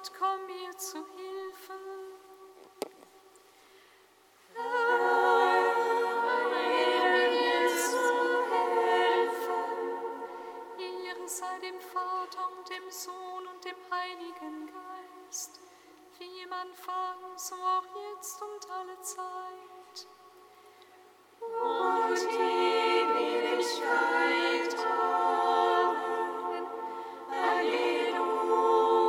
Gott, komm mir zu Hilfe. Sei dem Vater und dem Sohn und dem Heiligen Geist, wie im Anfang, so auch jetzt und alle Zeit. Und in Ewigkeit. Amen. Halleluja.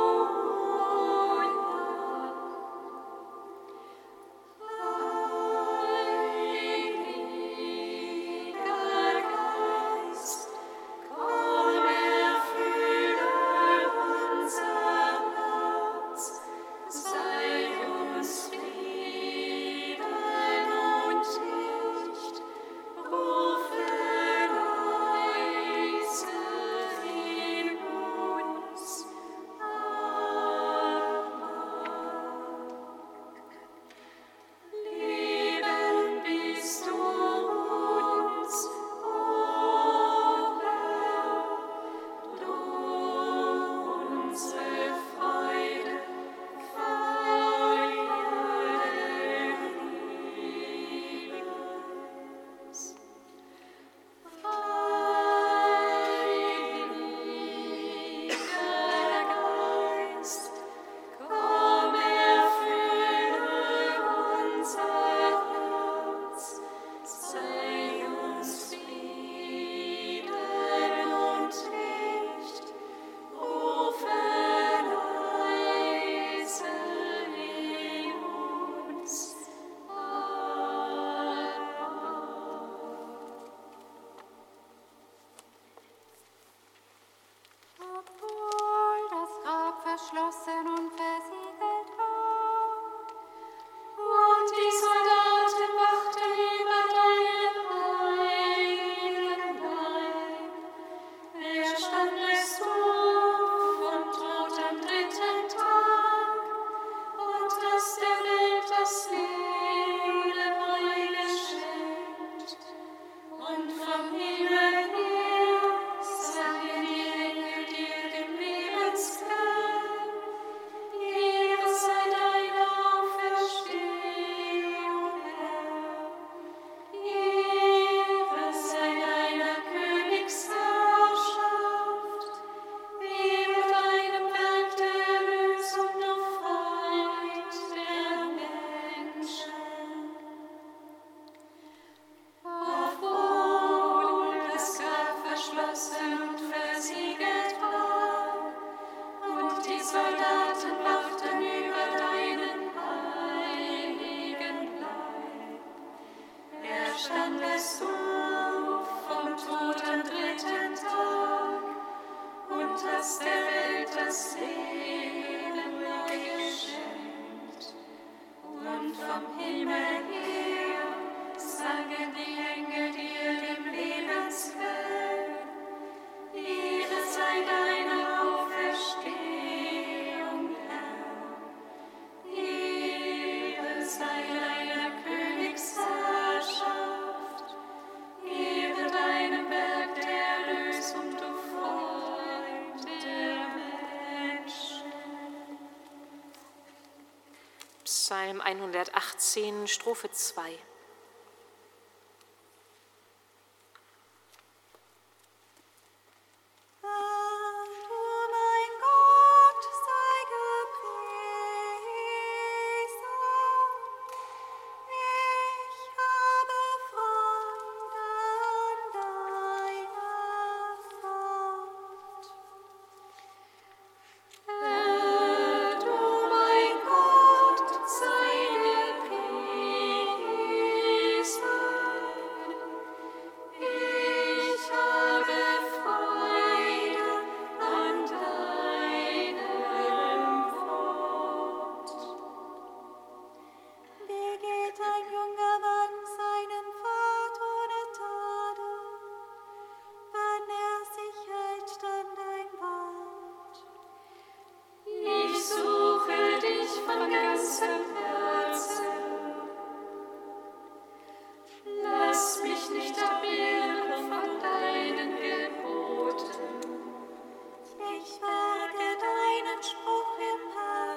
Verschlossen und versiegelt war. Und die Soldaten wachten über deinen heiligen Leib. Erstandest du vom Tod am dritten Tag und hast der Welt das Leben neu geschenkt. Und vom Himmel her sangen die Engel dir dem Lebenskern. Ehre sei deine Auferstehung, Herr. Ehre sei deiner Königsherrschaft. Ehre deinem Werk der Erlösung, du Freund der Menschen. Obwohl das Grab verschlossen und versiegelt war und die Soldaten wachten über deinen heiligen Leib, erstandest du vom Tod am dritten Tag und hast der Welt das Leben neu geschenkt. Und vom Himmel her sangen die Engel dir dem Lebensquell. Ehre sei deine Auferstehung, Herr. Ehre sei deiner Königsherrschaft. Ehre deinem Werk der Erlösung, du Freund der Menschen. Psalm 118, Strophe 2. Mein Gott, sei gepriesen. Ich habe Freude an deiner Furcht. Du, mein Gott, sei gepriesen. Ich habe Freude an deinem Wort. Wie geht ein junger Mann seinen Pfad ohne Tadel, wenn sich hält an dein Wort? Ich suche dich von ganzem Herzen. Lass mich nicht abirren von deinen Geboten. Ich wage deinen Spruch im Herzen.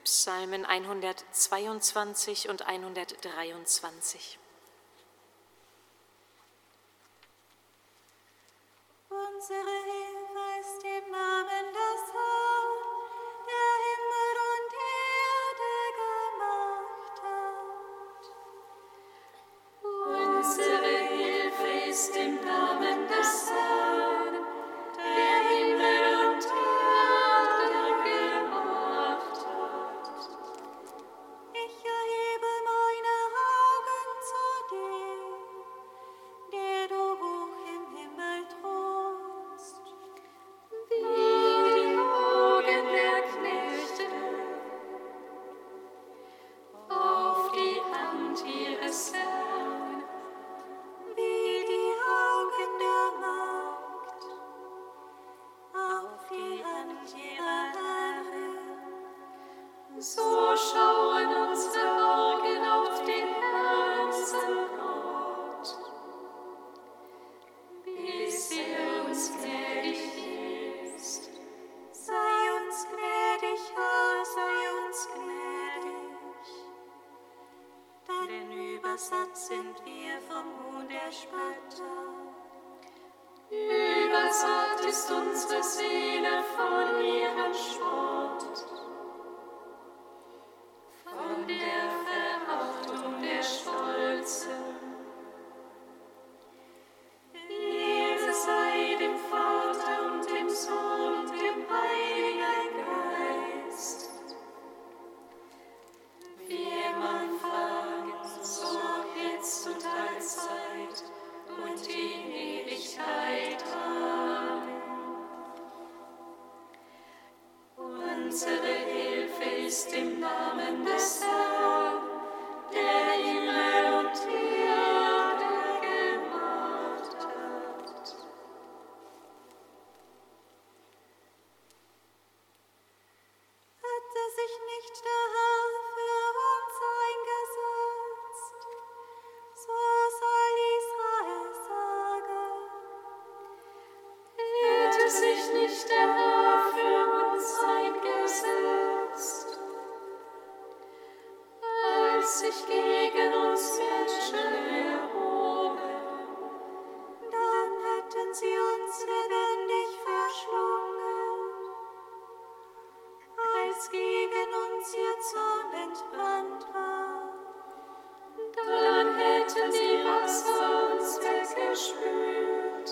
Psalmen 122 und 123. Unsere Hilfe ist im Namen des Herrn, der Himmel und Erde gemacht hat. Unsere Hilfe ist im Namen des Herrn, der Himmel und Erde gemacht hat. Ich erhebe meine Augen zu dir, der du hoch im Himmel thronst. Wie die Augen der Knechte auf die Hand ihres Herrn, Wie die Augen der Magd auf die Hand ihrer Herrin. so schauen unsere Augen auf den Herrn, unseren Gott, bis uns gnädig ist. Sei uns gnädig, Herr, sei uns gnädig. Denn übersatt sind wir vom Hohn der Spötter. Übersatt ist unsere Seele von ihrem Spott, von der Verachtung der Stolzen. Ehre sei dem Vater und dem Sohn und dem Heiligen Geist, wie im Anfang, so auch jetzt und allezeit und in Ewigkeit. Amen. Unsere Hilfe ist im Namen des Herrn, der Himmel und Erde gemacht hat. Hatte sich nicht der Herr für uns eingesetzt, so soll Israel sagen. Hätte sich nicht der Herr für uns eingesetzt, als sich gegen uns Menschen erhoben, Dann hätten sie uns lebendig verschlungen, als gegen uns ihr Zorn entbrannt war. dann hätten die Wasser uns weggespült.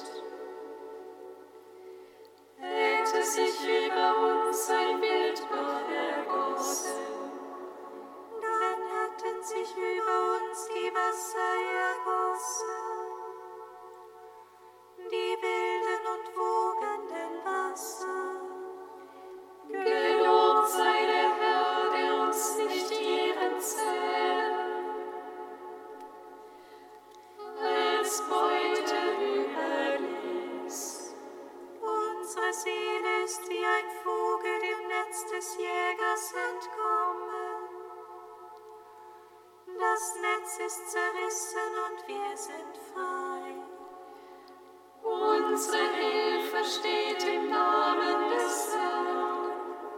Hätte sich über uns ein Wildbach ergossen, Dann hätten sich über uns die Wasser ergossen, die wilden und wogenden Wasser. gelobt sei der Herr, der uns nicht ihren Zählen als Beute überließ. Unsere Seele ist wie ein Vogel dem Netz des Jägers entkommen. Das Netz ist zerrissen und wir sind frei. Unsere Hilfe steht im Namen des Herrn,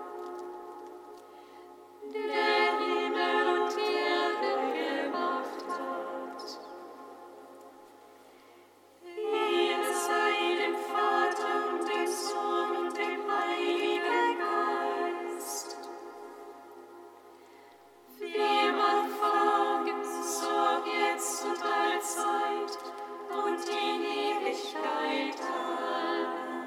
der Himmel und Erde gemacht hat. Ehre sei dem Vater und dem Sohn und dem Heiligen Geist, wie im Anfang, so auch jetzt und allezeit und in Ewigkeit. Amen.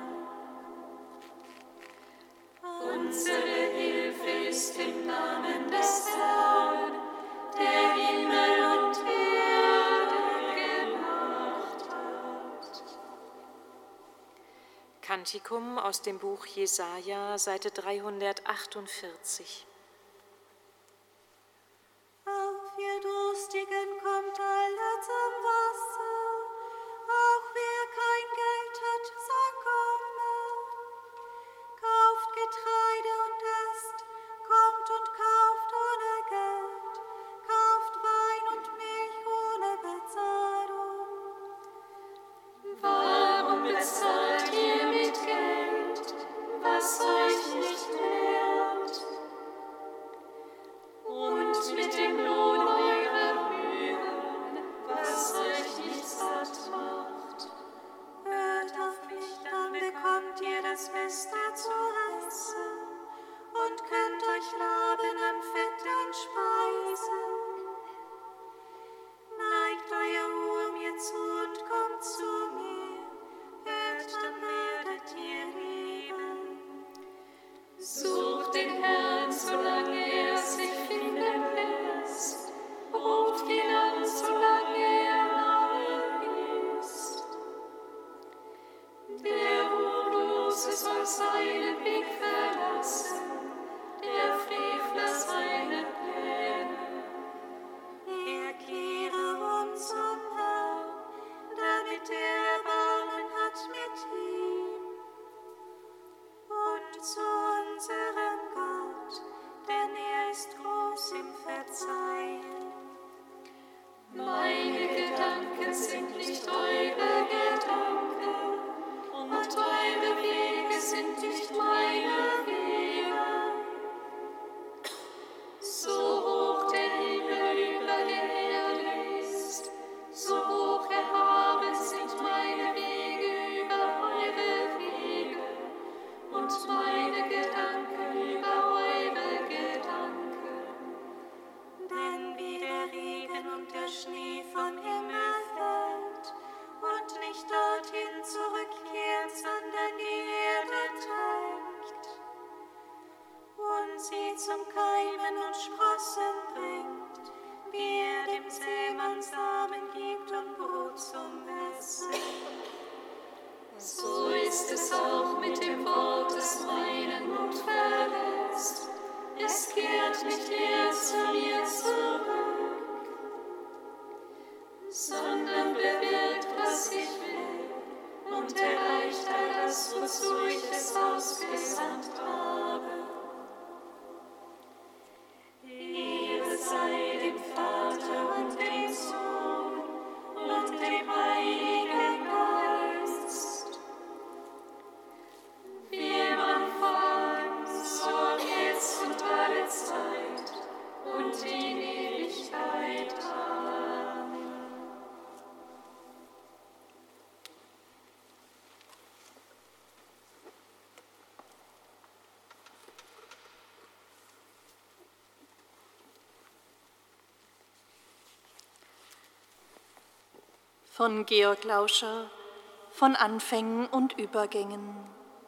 Unsere Hilfe ist im Namen des Herrn, der Himmel und Erde gemacht hat. Kantikum aus dem Buch Jesaja, Seite 348. Auf ihr Durstigen kommt alle zum Wasser, auch wer kein Geld hat, soll kommen. Kauft Getreide und esst, kommt und kauft ohne Geld, kauft Wein und Milch ohne Bezahlung. Warum bezahlt ihr mit Geld, was euch nicht wert? Tropfen an Fett an Speise. Neigt euer Ohr mir zu und kommt zu mir, hört, dann werdet ihr leben. Sucht den Herrn, solange er sich finden lässt. Ruft ihn an, solange er nahe ist. Der Ruchlose soll seinen Weg verlassen, der Frevler seine Pläne. Er kehre um zum Herrn, damit er Erbarmen hat mit ihm. Und zu unserem Gott, denn er ist groß im Verzeihen. Meine Gedanken sind nicht eure Gedanken, und eure Wege sind nicht meine Wege. So hoch der Himmel über der Erde ist, so hoch erhaben sind meine Wege über eure Wege, und meine Gedanken über eure Gedanken. Denn wie der Regen und der Schnee vom Himmel fällt und nicht dorthin zurückkehrt, sondern die Erde trägt und sie zum Keimen und Sprossen bringt, wie er dem Sämann Samen gibt und Brot zum Essen. So ist es auch mit dem Wort, das meinen Mund verlässt. Es kehrt nicht leer zu mir zurück, sondern bewirkt, was ich will, und erreicht all das, wozu ich es ausgesandt habe. Ehre sei dem Vater und dem Sohn und dem Heiligen Geist, wie im Anfang, so jetzt und alle Zeit und in Ewigkeit. Amen. Von Georg Lauscher, von Anfängen und Übergängen.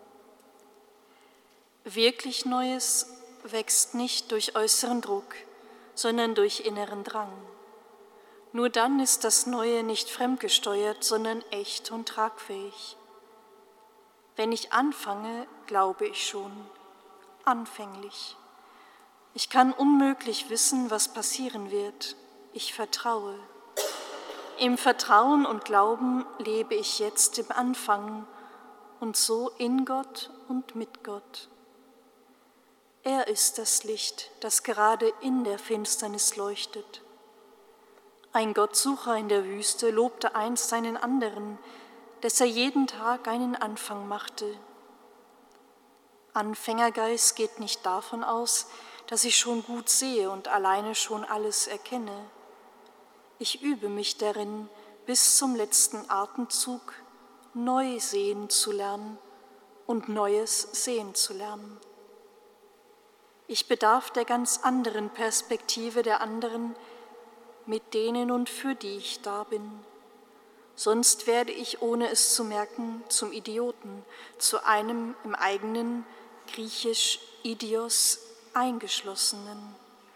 Wirklich Neues wächst nicht durch äußeren Druck, sondern durch inneren Drang. Nur dann ist das Neue nicht fremdgesteuert, sondern echt und tragfähig. Wenn ich anfange, glaube ich schon, anfänglich. Ich kann unmöglich wissen, was passieren wird. Ich vertraue. Im Vertrauen und Glauben lebe ich jetzt im Anfang und so in Gott und mit Gott. Er ist das Licht, das gerade in der Finsternis leuchtet. Ein Gottsucher in der Wüste lobte einst seinen anderen, dass er jeden Tag einen Anfang machte. Anfängergeist geht nicht davon aus, dass ich schon gut sehe und alleine schon alles erkenne. Ich übe mich darin, bis zum letzten Atemzug neu sehen zu lernen und Neues sehen zu lernen. Ich bedarf der ganz anderen Perspektive der anderen, mit denen und für die ich da bin. Sonst werde ich, ohne es zu merken, zum Idioten, zu einem im eigenen, griechisch Idios, Eingeschlossenen.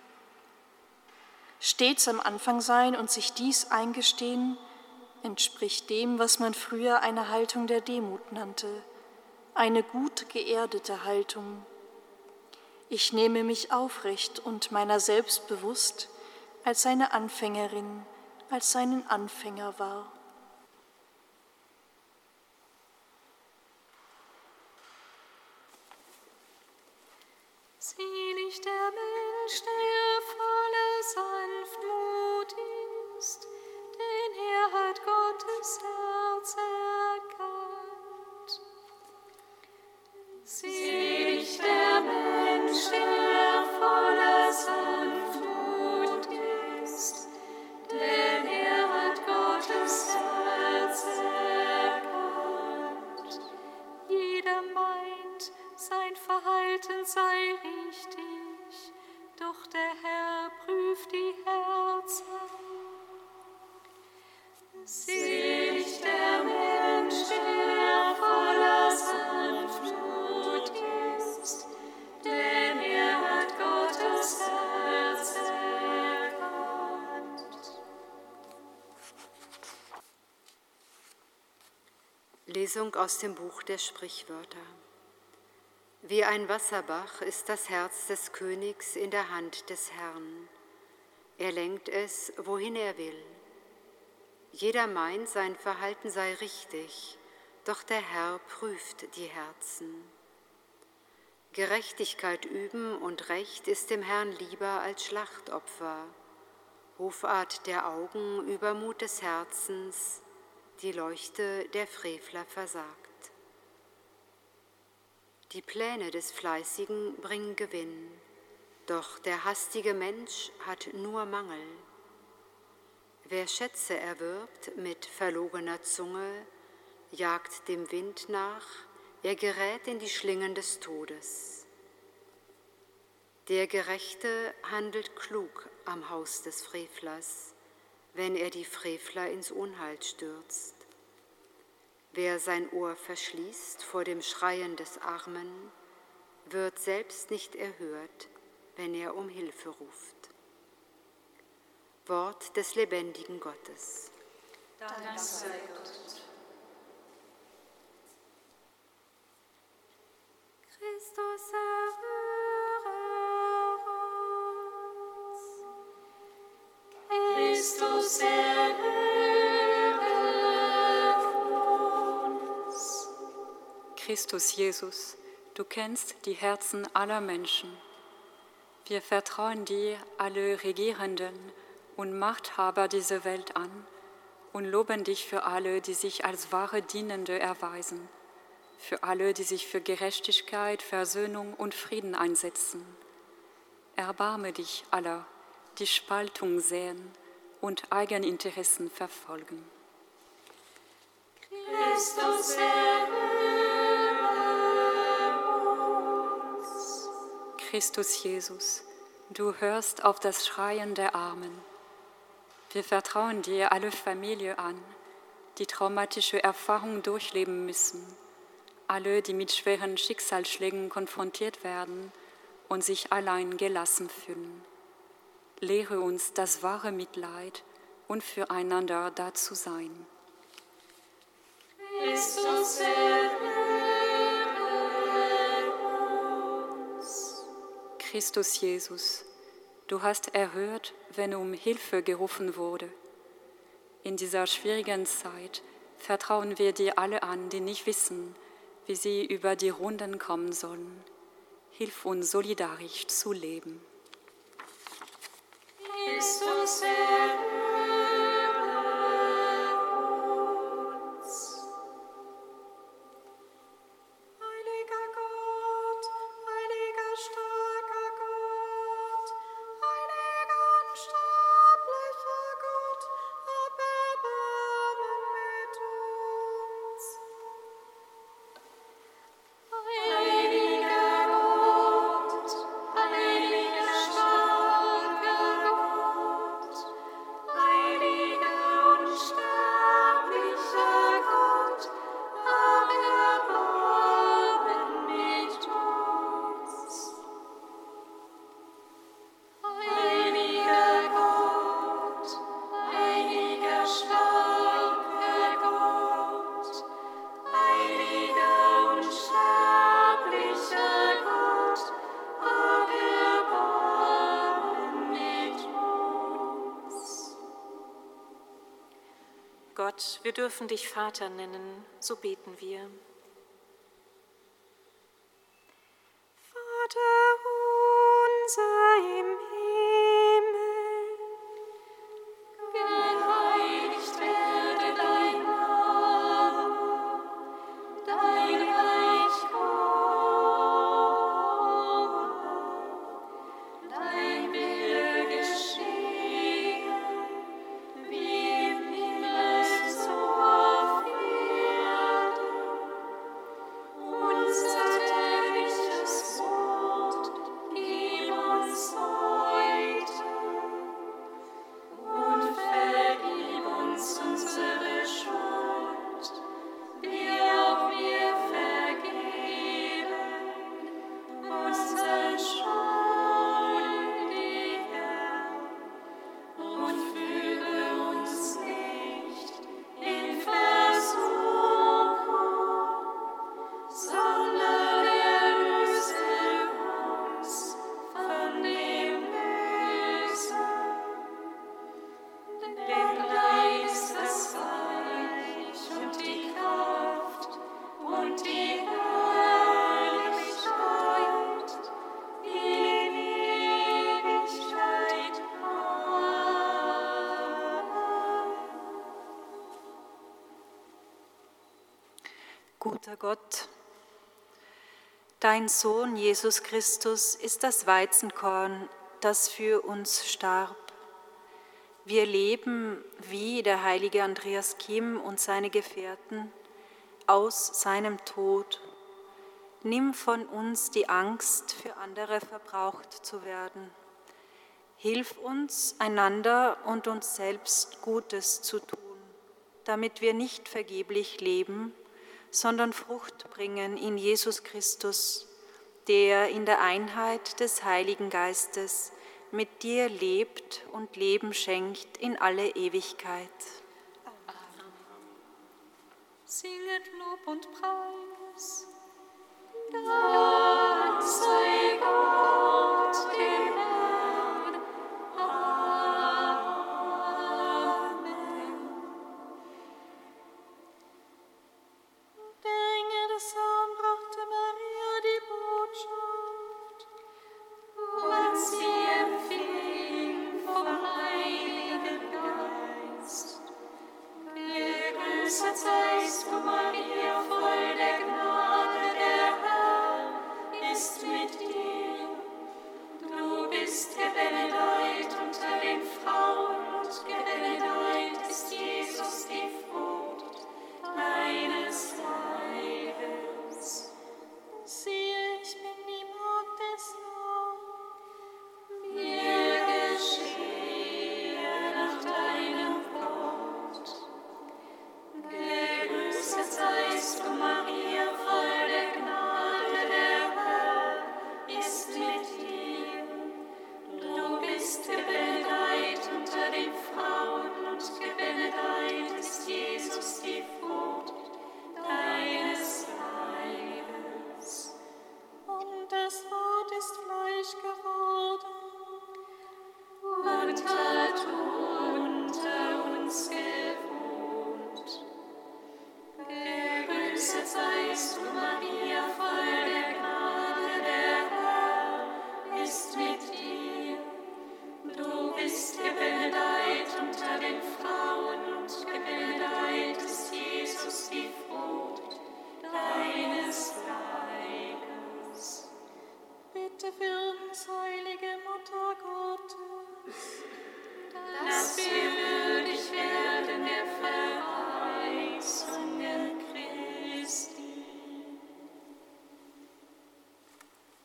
Stets am Anfang sein und sich dies eingestehen, entspricht dem, was man früher eine Haltung der Demut nannte, eine gut geerdete Haltung. Ich nehme mich aufrecht und meiner selbst bewusst als eine Anfängerin, als einen Anfänger wahr. Selig der Mensch, der voller Sanftmut ist, denn er hat Gottes Herz erkannt. Selig der Mensch, der voller Sanftmut ist, denn er hat Gottes Herz erkannt. Jeder meint, sein Verhalten sei richtig, Lesung aus dem Buch der Sprichwörter. Wie ein Wasserbach ist das Herz des Königs in der Hand des Herrn. Er lenkt es, wohin er will. Jeder meint, sein Verhalten sei richtig, doch der Herr prüft die Herzen. Gerechtigkeit üben und Recht ist dem Herrn lieber als Schlachtopfer. Hoffart der Augen, Übermut des Herzens, die Leuchte der Frevler versagt. Die Pläne des Fleißigen bringen Gewinn, doch der hastige Mensch hat nur Mangel. Wer Schätze erwirbt mit verlogener Zunge, jagt dem Wind nach, er gerät in die Schlingen des Todes. Der Gerechte handelt klug am Haus des Frevlers, wenn er die Frevler ins Unheil stürzt. Wer sein Ohr verschließt vor dem Schreien des Armen, wird selbst nicht erhört, wenn er um Hilfe ruft. Wort des lebendigen Gottes. Dank sei Gott. Christus, erhöre uns. Christus, erhöre uns. Christus Jesus, du kennst die Herzen aller Menschen. Wir vertrauen dir alle Regierenden und Machthaber dieser Welt an und loben dich für alle, die sich als wahre Dienende erweisen, für alle, die sich für Gerechtigkeit, Versöhnung und Frieden einsetzen. Erbarme dich aller, die Spaltung säen und Eigeninteressen verfolgen. Christus, erhöre uns. Christus Jesus, du hörst auf das Schreien der Armen. Wir vertrauen dir alle Familien an, die traumatische Erfahrungen durchleben müssen, alle, die mit schweren Schicksalsschlägen konfrontiert werden und sich allein gelassen fühlen. Lehre uns das wahre Mitleid und füreinander da zu sein. Christus, erhöre uns. Christus Jesus, du hast erhört, wenn um Hilfe gerufen wurde. In dieser schwierigen Zeit vertrauen wir dir alle an, die nicht wissen, wie sie über die Runden kommen sollen. Hilf uns solidarisch zu leben. Christus, erhöre uns. Heiliger Gott, heiliger starker Gott, heiliger unsterblicher Gott, hab Erbarmen mit uns. Heiliger Gott, heiliger starker Gott, heiliger unsterblicher Gott, hab Erbarmen mit uns. Heiliger Gott, heiliger starker Gott, heiliger unsterblicher Gott, hab Erbarmen mit uns. Gott, wir dürfen dich Vater nennen, so beten wir. Vater unser im Himmel, Geheiligt werde dein Name, dein Reich komme, dein Wille geschehe, wie im Himmel so auf Erden. Unser tägliches Brot gib uns heute Guter Gott, dein Sohn Jesus Christus ist das Weizenkorn, das für uns starb. Wir leben, wie der heilige Andreas Kim und seine Gefährten, aus seinem Tod. Nimm von uns die Angst, für andere verbraucht zu werden. Hilf uns, einander und uns selbst Gutes zu tun, damit wir nicht vergeblich leben, sondern Frucht bringen in Jesus Christus, der in der Einheit des Heiligen Geistes mit dir lebt und Leben schenkt in alle Ewigkeit. Amen. Singet Lob und Preis. Dank sei Gott, dem Herrn. Amen. Der Engel des Herrn brachte Maria die Botschaft, Und sie empfing vom Heiligen Geist. Gegrüßet seist du, Maria, voll der Gnade, der Herr ist mit dir. Du bist gebenedeit unter den Frauen und gebenedeit ist Jesus, die Frucht deines Leibes. siehe, ich bin die Magd des Herrn. Mir geschehe nach deinem Wort. Gegrüßet seist du, Maria, voll der Gnade, der Herr ist mit dir. Du bist gebenedeit unter den Frauen und gebenedeit ist Jesus, die Frucht deines Leibes. Und das Wort ist Fleisch geworden Und hat unter uns gewohnt. Gegrüßet seist du, Maria, voll der Gnade, der Herr ist mit dir. Du bist gebenedeit unter den Frauen und gebenedeit ist Jesus, die Frucht deines Leibes. Bitte für uns, heilige Mutter Gottes, Dass wir